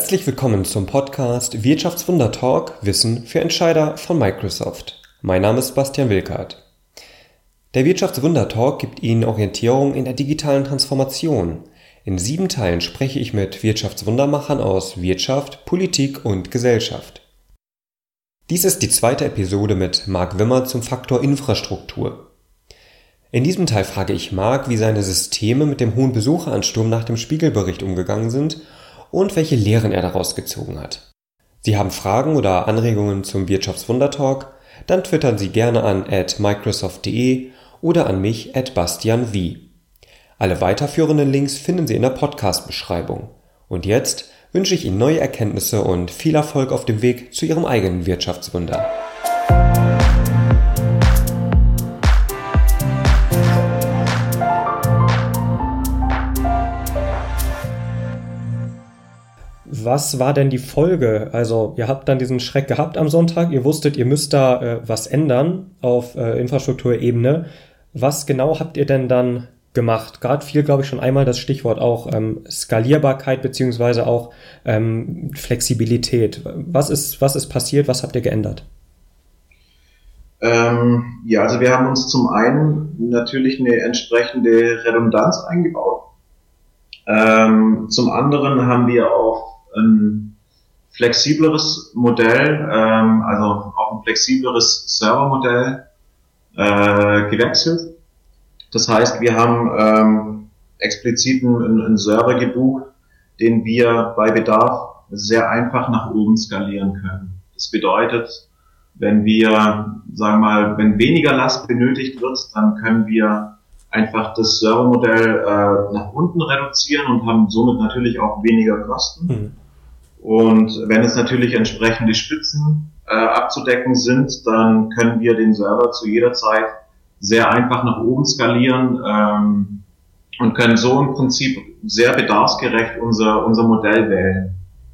Herzlich willkommen zum Podcast Wirtschaftswunder Talk – Wissen für Entscheider von Microsoft. Mein Name ist Bastian Wilkert. Der Wirtschaftswunder Talk gibt Ihnen Orientierung in der digitalen Transformation. In 7 Teilen spreche ich mit Wirtschaftswundermachern aus Wirtschaft, Politik und Gesellschaft. Dies ist die 2. Episode mit Marc Wimmer zum Faktor Infrastruktur. In diesem Teil frage ich Marc, wie seine Systeme mit dem hohen Besucheransturm nach dem Spiegelbericht umgegangen sind und welche Lehren er daraus gezogen hat. Sie haben Fragen oder Anregungen zum Wirtschaftswunder-Talk? Dann twittern Sie gerne an @microsoft.de oder an mich @bastianw. Alle weiterführenden Links finden Sie in der Podcast-Beschreibung. Und jetzt wünsche ich Ihnen neue Erkenntnisse und viel Erfolg auf dem Weg zu Ihrem eigenen Wirtschaftswunder. Was war denn die Folge? Also ihr habt dann diesen Schreck gehabt am Sonntag, ihr wusstet, ihr müsst da was ändern auf Infrastrukturebene. Was genau habt ihr denn dann gemacht? Gerade fiel, glaube ich, schon einmal das Stichwort auch Skalierbarkeit beziehungsweise auch Flexibilität. Was ist passiert? Was habt ihr geändert? Also wir haben uns zum einen natürlich eine entsprechende Redundanz eingebaut. Zum anderen haben wir auch ein flexibleres Modell, also auch ein flexibleres Servermodell gewechselt. Das heißt, wir haben explizit einen Server gebucht, den wir bei Bedarf sehr einfach nach oben skalieren können. Das bedeutet, wenn wenn weniger Last benötigt wird, dann können wir einfach das Servermodell nach unten reduzieren und haben somit natürlich auch weniger Kosten. Und wenn es natürlich entsprechende Spitzen abzudecken sind, dann können wir den Server zu jeder Zeit sehr einfach nach oben skalieren und können so im Prinzip sehr bedarfsgerecht unser Modell wählen.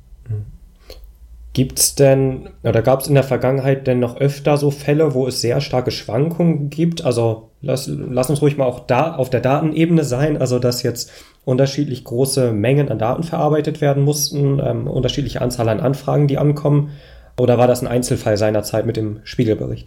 Gibt's denn, oder gab es in der Vergangenheit denn noch öfter so Fälle, wo es sehr starke Schwankungen gibt? Also lass uns ruhig mal auch da auf der Datenebene sein, also dass jetzt unterschiedlich große Mengen an Daten verarbeitet werden mussten, unterschiedliche Anzahl an Anfragen, die ankommen. Oder war das ein Einzelfall seinerzeit mit dem Spiegelbericht?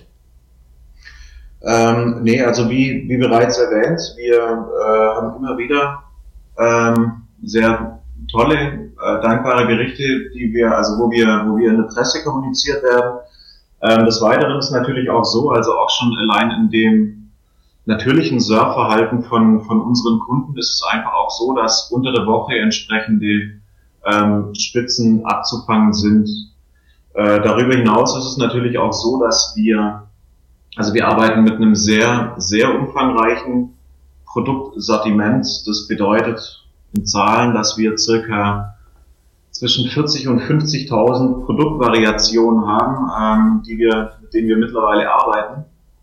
Also wie bereits erwähnt, wir haben immer wieder sehr tolle, dankbare Berichte, wo wir in der Presse kommuniziert werden. Des Weiteren ist natürlich auch so, also auch schon allein in dem natürlichen Surfverhalten von unseren Kunden ist es einfach auch so, dass unter der Woche entsprechende Spitzen abzufangen sind. Darüber hinaus ist es natürlich auch so, dass wir arbeiten mit einem sehr, sehr umfangreichen Produktsortiment. Das bedeutet in Zahlen, dass wir circa zwischen 40 und 50.000 Produktvariationen haben, mit denen wir mittlerweile arbeiten.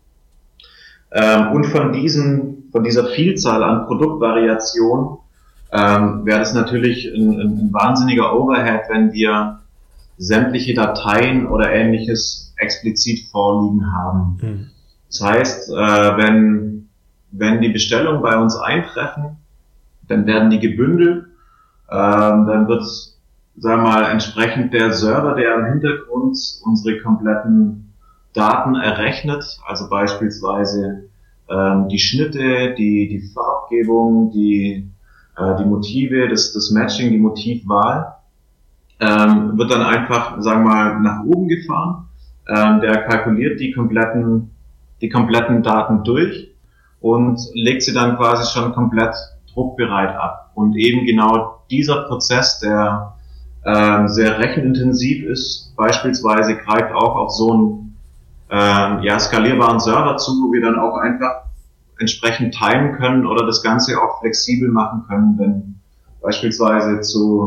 Und von dieser Vielzahl an Produktvariationen wäre das natürlich ein wahnsinniger Overhead, wenn wir sämtliche Dateien oder Ähnliches explizit vorliegen haben. Das heißt, wenn die Bestellungen bei uns eintreffen, dann werden die gebündelt, dann wird, entsprechend der Server, der im Hintergrund unsere kompletten Daten errechnet, also beispielsweise die Schnitte, die Farbgebung, die Motive, das Matching, die Motivwahl, wird dann einfach, nach oben gefahren. Der kalkuliert die kompletten Daten durch und legt sie dann quasi schon komplett druckbereit ab. Und eben genau dieser Prozess, der sehr rechenintensiv ist, beispielsweise greift auch auf so einen skalierbaren Server zu, wo wir dann auch einfach entsprechend timen können oder das Ganze auch flexibel machen können, wenn beispielsweise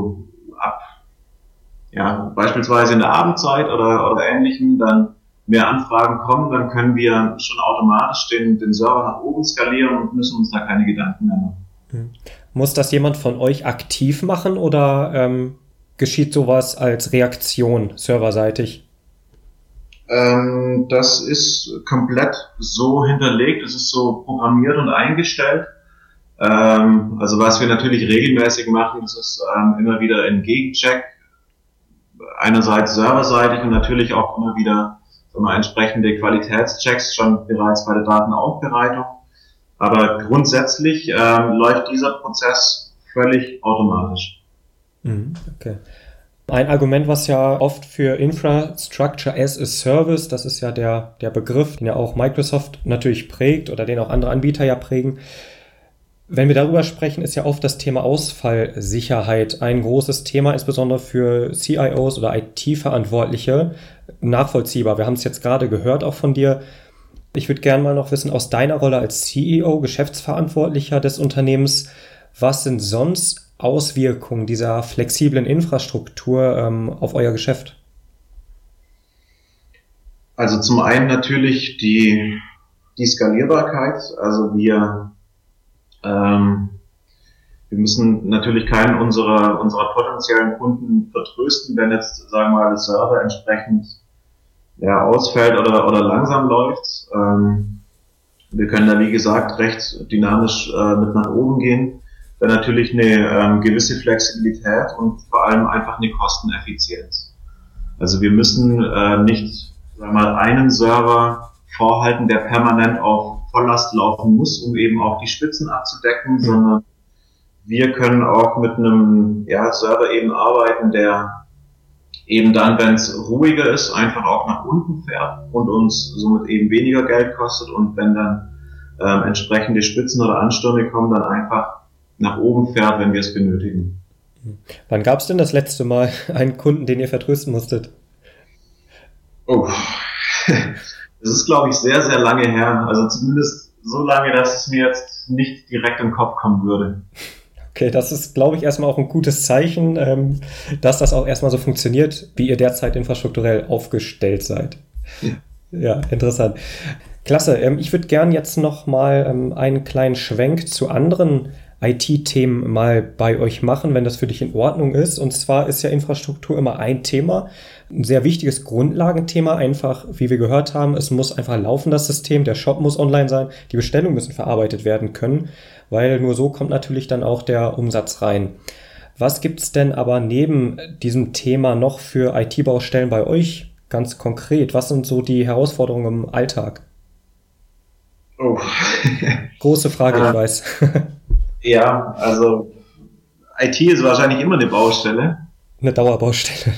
beispielsweise in der Abendzeit oder Ähnlichem dann mehr Anfragen kommen, dann können wir schon automatisch den Server nach oben skalieren und müssen uns da keine Gedanken mehr machen. Muss das jemand von euch aktiv machen oder geschieht sowas als Reaktion serverseitig? Das ist komplett so hinterlegt, es ist so programmiert und eingestellt. Also was wir natürlich regelmäßig machen, das ist immer wieder ein Gegencheck einerseits serverseitig und natürlich auch immer wieder entsprechende Qualitätschecks schon bereits bei der Datenaufbereitung. Aber grundsätzlich läuft dieser Prozess völlig automatisch. Okay. Ein Argument, was ja oft für Infrastructure as a Service, das ist ja der Begriff, den ja auch Microsoft natürlich prägt oder den auch andere Anbieter ja prägen. Wenn wir darüber sprechen, ist ja oft das Thema Ausfallsicherheit ein großes Thema, insbesondere für CIOs oder IT-Verantwortliche, nachvollziehbar. Wir haben es jetzt gerade gehört auch von dir. Ich würde gerne mal noch wissen, aus deiner Rolle als CEO, Geschäftsverantwortlicher des Unternehmens, was sind sonst Auswirkungen dieser flexiblen Infrastruktur auf euer Geschäft? Also zum einen natürlich die Skalierbarkeit. Also wir müssen natürlich keinen unserer potenziellen Kunden vertrösten, wenn jetzt, sagen wir mal, der Server entsprechend ausfällt oder langsam läuft. Wir können da, wie gesagt, recht dynamisch mit nach oben gehen. Dann natürlich eine gewisse Flexibilität und vor allem einfach eine Kosteneffizienz. Also wir müssen nicht, sagen wir mal, einen Server vorhalten, der permanent auf Volllast laufen muss, um eben auch die Spitzen abzudecken, sondern wir können auch mit einem Server eben arbeiten, der eben dann, wenn es ruhiger ist, einfach auch nach unten fährt und uns somit eben weniger Geld kostet, und wenn dann entsprechende Spitzen oder Anstürme kommen, dann einfach nach oben fährt, wenn wir es benötigen. Wann gab es denn das letzte Mal einen Kunden, den ihr vertrösten musstet? Oh, das ist, glaube ich, sehr, sehr lange her. Also zumindest so lange, dass es mir jetzt nicht direkt in den Kopf kommen würde. Okay, das ist, glaube ich, erstmal auch ein gutes Zeichen, dass das auch erstmal so funktioniert, wie ihr derzeit infrastrukturell aufgestellt seid. Ja, interessant. Klasse. Ich würde gern jetzt noch mal einen kleinen Schwenk zu anderen IT-Themen mal bei euch machen, wenn das für dich in Ordnung ist. Und zwar ist ja Infrastruktur immer ein Thema, ein sehr wichtiges Grundlagenthema, einfach, wie wir gehört haben, es muss einfach laufen, das System, der Shop muss online sein, die Bestellungen müssen verarbeitet werden können, weil nur so kommt natürlich dann auch der Umsatz rein. Was gibt's denn aber neben diesem Thema noch für IT-Baustellen bei euch ganz konkret? Was sind so die Herausforderungen im Alltag? Oh. Große Frage, ich weiß. Ja, also IT ist wahrscheinlich immer eine Baustelle. Eine Dauerbaustelle.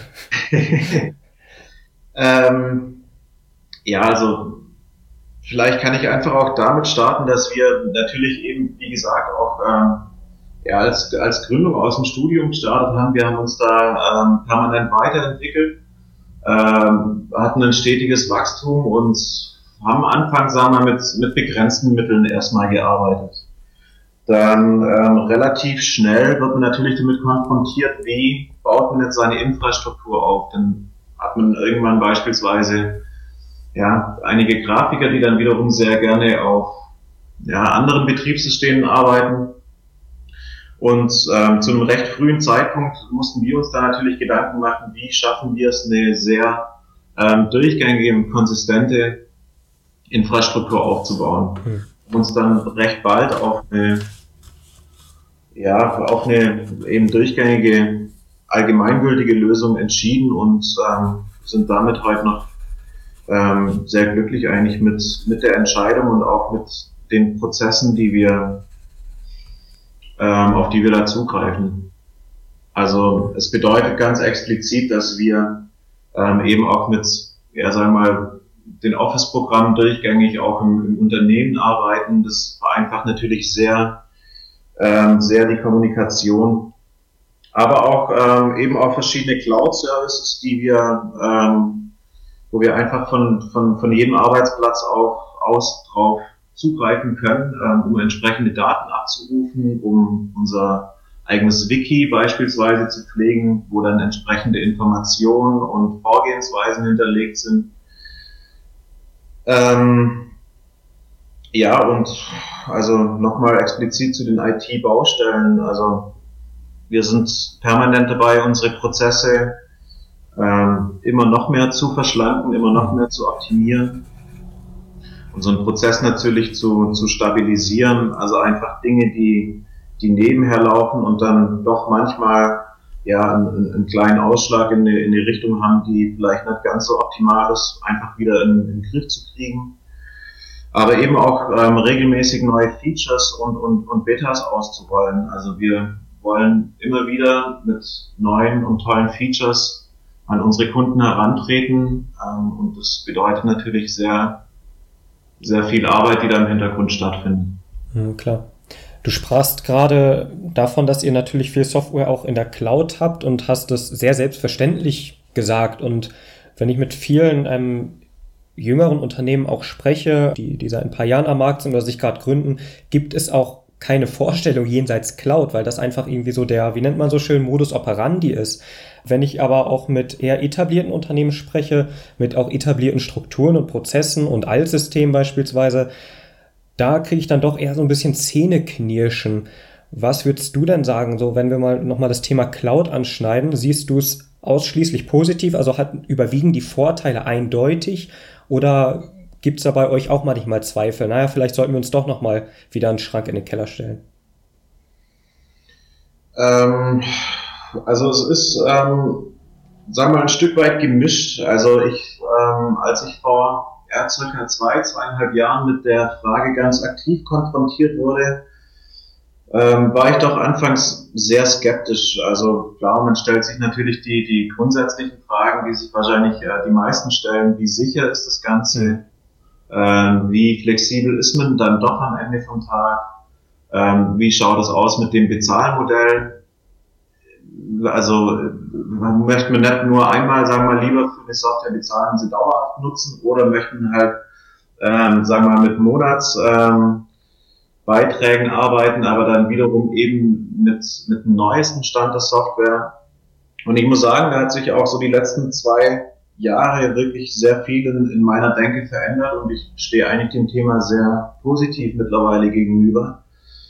Also vielleicht kann ich einfach auch damit starten, dass wir natürlich eben, wie gesagt, auch als Gründung aus dem Studium gestartet haben. Wir haben uns da permanent weiterentwickelt, hatten ein stetiges Wachstum und haben anfangs, sagen wir, mit begrenzten Mitteln erstmal gearbeitet. Dann relativ schnell wird man natürlich damit konfrontiert, wie baut man jetzt seine Infrastruktur auf. Dann hat man irgendwann beispielsweise einige Grafiker, die dann wiederum sehr gerne auf anderen Betriebssystemen arbeiten. Und zu einem recht frühen Zeitpunkt mussten wir uns da natürlich Gedanken machen, wie schaffen wir es, eine sehr durchgängige und konsistente Infrastruktur aufzubauen. Uns dann recht bald auf eine eben durchgängige, allgemeingültige Lösung entschieden und sind damit heute noch sehr glücklich eigentlich mit der Entscheidung und auch mit den Prozessen, auf die wir da zugreifen. Also es bedeutet ganz explizit, dass wir eben auch mit, sagen wir mal, den Office-Programmen durchgängig auch im Unternehmen arbeiten. Das vereinfacht natürlich sehr die Kommunikation, aber auch eben auch verschiedene Cloud-Services, die wir, wo wir einfach von jedem Arbeitsplatz aus drauf zugreifen können, um entsprechende Daten abzurufen, um unser eigenes Wiki beispielsweise zu pflegen, wo dann entsprechende Informationen und Vorgehensweisen hinterlegt sind. Und also nochmal explizit zu den IT-Baustellen. Also wir sind permanent dabei, unsere Prozesse immer noch mehr zu verschlanken, immer noch mehr zu optimieren, unseren Prozess natürlich zu stabilisieren. Also einfach Dinge, die nebenher laufen und dann doch manchmal einen kleinen Ausschlag in eine Richtung haben, die vielleicht nicht ganz so optimal ist, einfach wieder in den Griff zu kriegen. Aber eben auch regelmäßig neue Features und Betas auszurollen. Also wir wollen immer wieder mit neuen und tollen Features an unsere Kunden herantreten. Und das bedeutet natürlich sehr, sehr viel Arbeit, die da im Hintergrund stattfindet. Klar. Du sprachst gerade davon, dass ihr natürlich viel Software auch in der Cloud habt und hast es sehr selbstverständlich gesagt. Und wenn ich mit vielen jüngeren Unternehmen auch spreche, die seit ein paar Jahren am Markt sind oder sich gerade gründen, gibt es auch keine Vorstellung jenseits Cloud, weil das einfach irgendwie so der, wie nennt man so schön, Modus operandi ist. Wenn ich aber auch mit eher etablierten Unternehmen spreche, mit auch etablierten Strukturen und Prozessen und Altsystemen beispielsweise, da kriege ich dann doch eher so ein bisschen Zähneknirschen. Was würdest du denn sagen, so wenn wir mal nochmal das Thema Cloud anschneiden, siehst du es ausschließlich positiv, also überwiegen die Vorteile eindeutig oder gibt es da bei euch auch manchmal Zweifel? Naja, vielleicht sollten wir uns doch nochmal wieder einen Schrank in den Keller stellen. Also es ist, sagen wir mal, ein Stück weit gemischt. Also als ich vor circa 2,5 Jahren mit der Frage ganz aktiv konfrontiert wurde, war ich doch anfangs sehr skeptisch. Also klar, man stellt sich natürlich die grundsätzlichen Fragen, die sich wahrscheinlich die meisten stellen. Wie sicher ist das Ganze? Wie flexibel ist man dann doch am Ende vom Tag? Wie schaut es aus mit dem Bezahlmodell? Also möchte man nicht nur einmal, sagen wir mal, lieber für eine Software bezahlen und sie dauerhaft nutzen oder möchten halt, sagen wir mal, mit Monatsbeiträgen arbeiten, aber dann wiederum eben mit dem neuesten Stand der Software. Und ich muss sagen, da hat sich auch so die letzten 2 Jahre wirklich sehr viel in meiner Denke verändert und ich stehe eigentlich dem Thema sehr positiv mittlerweile gegenüber.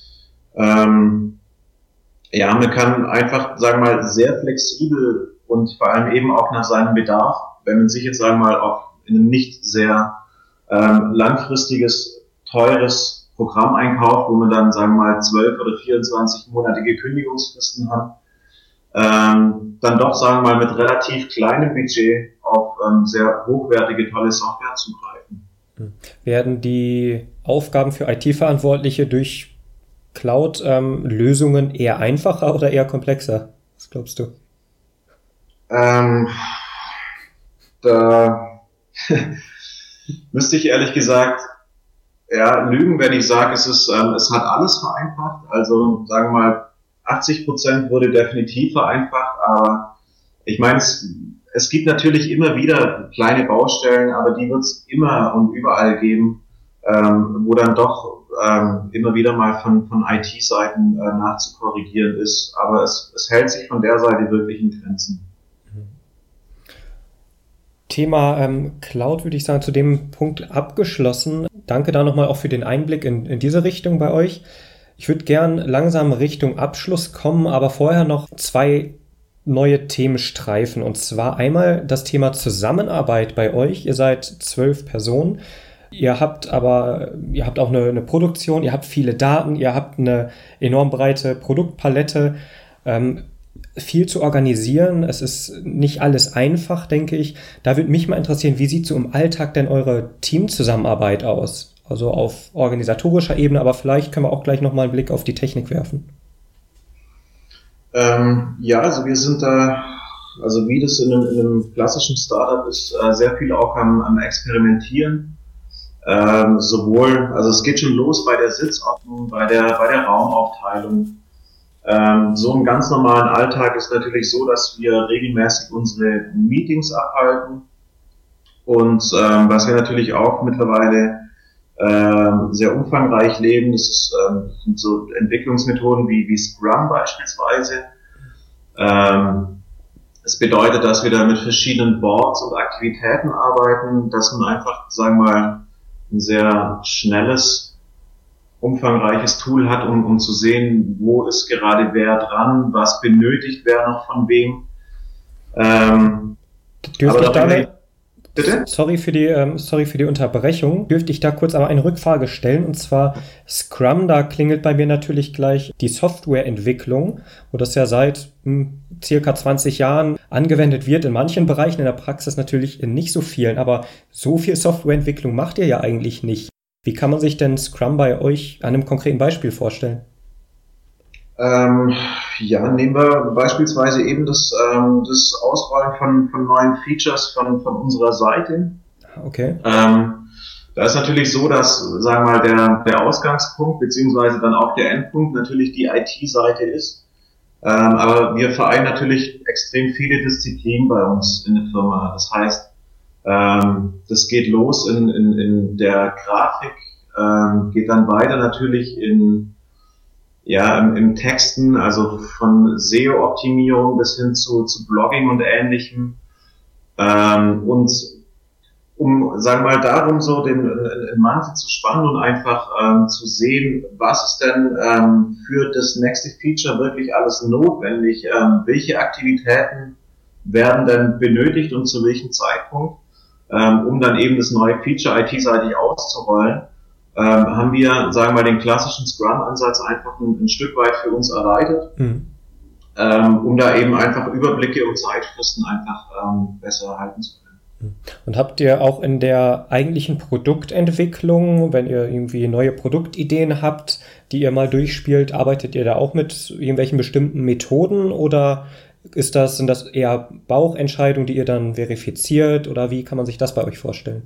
Ja, man kann einfach, sagen wir mal, sehr flexibel und vor allem eben auch nach seinem Bedarf, wenn man sich jetzt, sagen wir mal, auf in ein nicht sehr langfristiges, teures Programm einkauft, wo man dann, sagen wir mal, 12 oder 24-monatige Kündigungsfristen hat, dann doch, sagen wir mal, mit relativ kleinem Budget auf sehr hochwertige, tolle Software zugreifen. Werden die Aufgaben für IT-Verantwortliche durch Cloud-Lösungen eher einfacher oder eher komplexer? Was glaubst du? Da müsste ich ehrlich gesagt lügen, wenn ich sage, es hat alles vereinfacht. Also sagen wir mal, 80% wurde definitiv vereinfacht, aber ich meine, es gibt natürlich immer wieder kleine Baustellen, aber die wird es immer und überall geben, wo dann doch immer wieder mal von IT-Seiten nachzukorrigieren ist, aber es hält sich von der Seite wirklich in Grenzen. Thema Cloud würde ich sagen, zu dem Punkt abgeschlossen. Danke da nochmal auch für den Einblick in diese Richtung bei euch. Ich würde gern langsam Richtung Abschluss kommen, aber vorher noch 2 neue Themen streifen. Und zwar einmal das Thema Zusammenarbeit bei euch. Ihr seid 12 Personen. Ihr habt auch eine Produktion, ihr habt viele Daten, ihr habt eine enorm breite Produktpalette, viel zu organisieren. Es ist nicht alles einfach, denke ich. Da würde mich mal interessieren, wie sieht so im Alltag denn eure Teamzusammenarbeit aus? Also auf organisatorischer Ebene, aber vielleicht können wir auch gleich nochmal einen Blick auf die Technik werfen. Also wir sind da, also wie das in einem klassischen Startup ist, sehr viel auch am Experimentieren. Also es geht schon los bei der Sitzordnung, bei der Raumaufteilung. So im ganz normalen Alltag ist natürlich so, dass wir regelmäßig unsere Meetings abhalten und was wir natürlich auch mittlerweile sehr umfangreich leben, das sind so Entwicklungsmethoden wie Scrum beispielsweise. Es bedeutet, dass wir da mit verschiedenen Boards und Aktivitäten arbeiten, dass man einfach, sagen wir mal, ein sehr schnelles, umfangreiches Tool hat, um zu sehen, wo ist gerade wer dran, was benötigt wer noch von wem. Bitte? Sorry für die Unterbrechung. Dürfte ich da kurz aber eine Rückfrage stellen? Und zwar Scrum, da klingelt bei mir natürlich gleich die Softwareentwicklung, wo das ja seit circa 20 Jahren angewendet wird. In manchen Bereichen, in der Praxis natürlich in nicht so vielen. Aber so viel Softwareentwicklung macht ihr ja eigentlich nicht. Wie kann man sich denn Scrum bei euch an einem konkreten Beispiel vorstellen? Ja, nehmen wir beispielsweise eben das Ausrollen von neuen Features von unserer Seite. Okay. Da ist natürlich so, dass, sagen wir mal, der Ausgangspunkt beziehungsweise dann auch der Endpunkt natürlich die IT-Seite ist. Aber wir vereinen natürlich extrem viele Disziplinen bei uns in der Firma. Das heißt, das geht los in der Grafik, geht dann weiter natürlich im Texten, also von SEO-Optimierung bis hin zu Blogging und Ähnlichem. Und sagen wir mal, darum so den Mantel zu spannen und einfach zu sehen, was ist denn für das nächste Feature wirklich alles notwendig, welche Aktivitäten werden denn benötigt und zu welchem Zeitpunkt, um dann eben das neue Feature IT-seitig auszurollen. Haben wir, sagen wir mal, den klassischen Scrum-Ansatz einfach ein Stück weit für uns erweitert, um da eben einfach Überblicke und Zeitfristen einfach besser halten zu können. Und habt ihr auch in der eigentlichen Produktentwicklung, wenn ihr irgendwie neue Produktideen habt, die ihr mal durchspielt, arbeitet ihr da auch mit irgendwelchen bestimmten Methoden oder sind das eher Bauchentscheidungen, die ihr dann verifiziert oder wie kann man sich das bei euch vorstellen?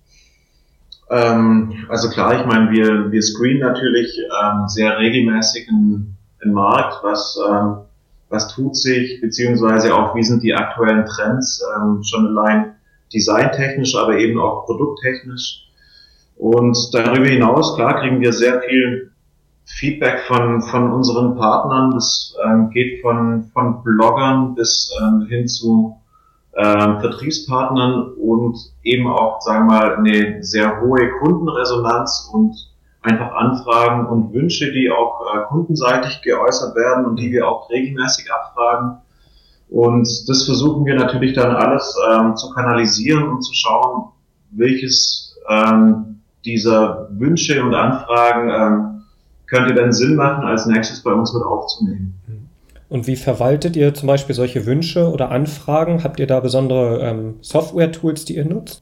Also klar, ich meine, wir screenen natürlich sehr regelmäßig einen Markt, was tut sich, beziehungsweise auch wie sind die aktuellen Trends, schon allein designtechnisch, aber eben auch produkttechnisch. Und darüber hinaus, klar, kriegen wir sehr viel Feedback von unseren Partnern. Das geht von Bloggern bis hin zu Vertriebspartnern und eben auch, sagen wir mal, eine sehr hohe Kundenresonanz und einfach Anfragen und Wünsche, die auch kundenseitig geäußert werden und die wir auch regelmäßig abfragen. Und das versuchen wir natürlich dann alles zu kanalisieren und zu schauen, welches dieser Wünsche und Anfragen könnte denn Sinn machen, als nächstes bei uns mit aufzunehmen. Und wie verwaltet ihr zum Beispiel solche Wünsche oder Anfragen? Habt ihr da besondere Software-Tools, die ihr nutzt?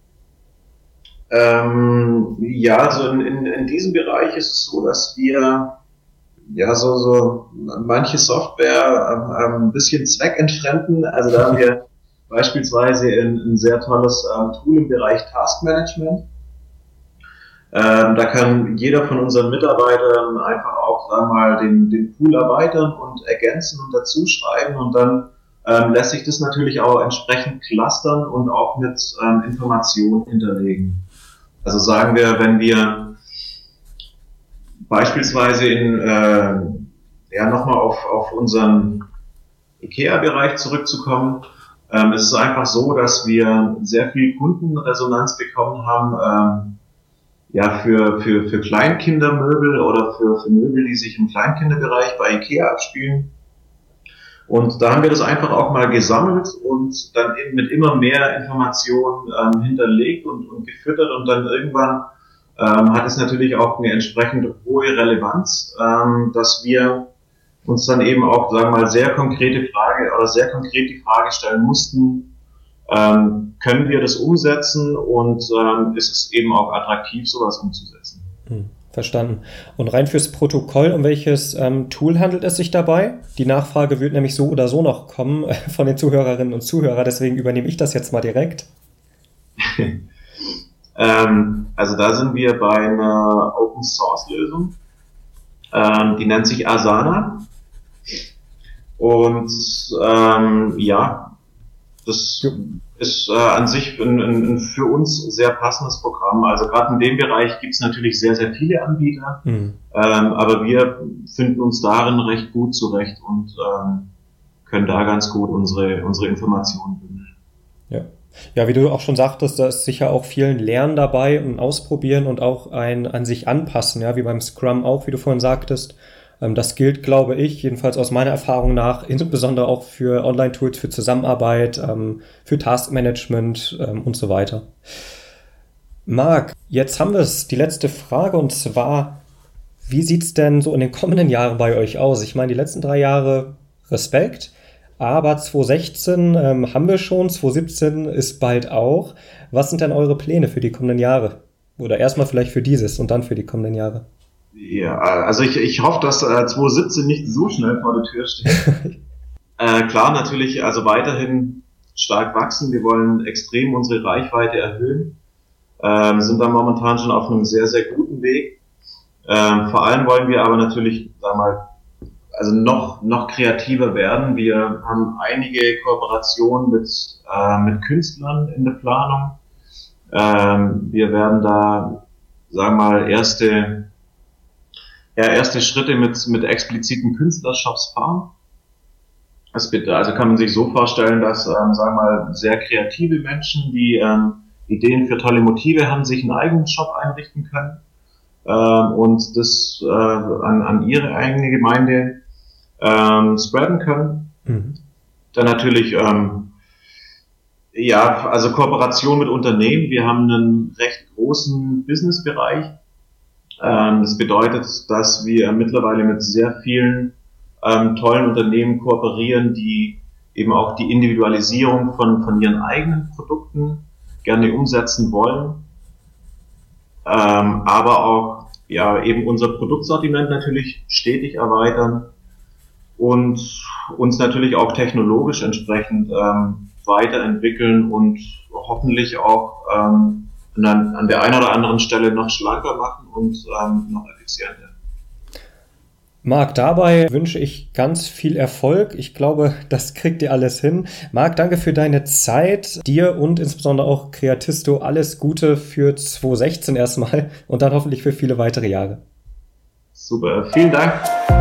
Ja, also in diesem Bereich ist es so, dass wir ja so manche Software ein bisschen zweckentfremden. Also da haben wir beispielsweise ein sehr tolles Tool im Bereich Taskmanagement. Da kann jeder von unseren Mitarbeitern einfach auch, sagen wir mal, den Pool erweitern und ergänzen und dazu schreiben und dann lässt sich das natürlich auch entsprechend clustern und auch mit Informationen hinterlegen. Also sagen wir, wenn wir beispielsweise nochmal auf unseren IKEA-Bereich zurückzukommen, es ist einfach so, dass wir sehr viel Kundenresonanz bekommen haben, für Kleinkindermöbel oder für Möbel, die sich im Kleinkinderbereich bei IKEA abspielen. Und da haben wir das einfach auch mal gesammelt und dann eben mit immer mehr Informationen hinterlegt und gefüttert und dann irgendwann hat es natürlich auch eine entsprechend hohe Relevanz, dass wir uns dann eben auch, sagen wir mal, sehr konkret die Frage stellen mussten, können wir das umsetzen und ist es eben auch attraktiv, sowas umzusetzen. Verstanden. Und rein fürs Protokoll, um welches Tool handelt es sich dabei? Die Nachfrage wird nämlich so oder so noch kommen von den Zuhörerinnen und Zuhörern, deswegen übernehme ich das jetzt mal direkt. Also da sind wir bei einer Open-Source-Lösung, die nennt sich Asana und das ist an sich ein für uns sehr passendes Programm. Also gerade in dem Bereich gibt es natürlich sehr, sehr viele Anbieter, aber wir finden uns darin recht gut zurecht und können da ganz gut unsere Informationen bündeln. Ja, wie du auch schon sagtest, da ist sicher auch viel Lernen dabei und Ausprobieren und auch ein an sich anpassen, ja, wie beim Scrum auch, wie du vorhin sagtest. Das gilt, glaube ich, jedenfalls aus meiner Erfahrung nach, insbesondere auch für Online-Tools, für Zusammenarbeit, für Taskmanagement und so weiter. Marc, jetzt haben wir es, die letzte Frage, und zwar, wie sieht es denn so in den kommenden Jahren bei euch aus? Ich meine, die letzten 3 Jahre Respekt, aber 2016 haben wir schon, 2017 ist bald auch. Was sind denn eure Pläne für die kommenden Jahre? Oder erstmal vielleicht für dieses und dann für die kommenden Jahre? Ja, also ich hoffe, dass 2017 nicht so schnell vor der Tür steht. Klar, natürlich, also weiterhin stark wachsen. Wir wollen extrem unsere Reichweite erhöhen. Sind da momentan schon auf einem sehr, sehr guten Weg. Vor allem wollen wir aber natürlich, sagen wir mal, also noch kreativer werden. Wir haben einige Kooperationen mit Künstlern in der Planung. Wir werden da, sagen wir mal, erste Schritte mit expliziten Künstlershops fahren. Also kann man sich so vorstellen, dass, sagen wir mal, sehr kreative Menschen, die Ideen für tolle Motive haben, sich einen eigenen Shop einrichten können und das an ihre eigene Gemeinde spreaden können. Mhm. Dann natürlich also Kooperation mit Unternehmen. Wir haben einen recht großen Businessbereich. Das bedeutet, dass wir mittlerweile mit sehr vielen tollen Unternehmen kooperieren, die eben auch die Individualisierung von ihren eigenen Produkten gerne umsetzen wollen, aber auch eben unser Produktsortiment natürlich stetig erweitern und uns natürlich auch technologisch entsprechend weiterentwickeln und hoffentlich auch an der einen oder anderen Stelle noch schlanker machen und noch effizienter. Marc, dabei wünsche ich ganz viel Erfolg. Ich glaube, das kriegt ihr alles hin. Marc, danke für deine Zeit. Dir und insbesondere auch Creatisto alles Gute für 2016 erstmal und dann hoffentlich für viele weitere Jahre. Super, vielen Dank.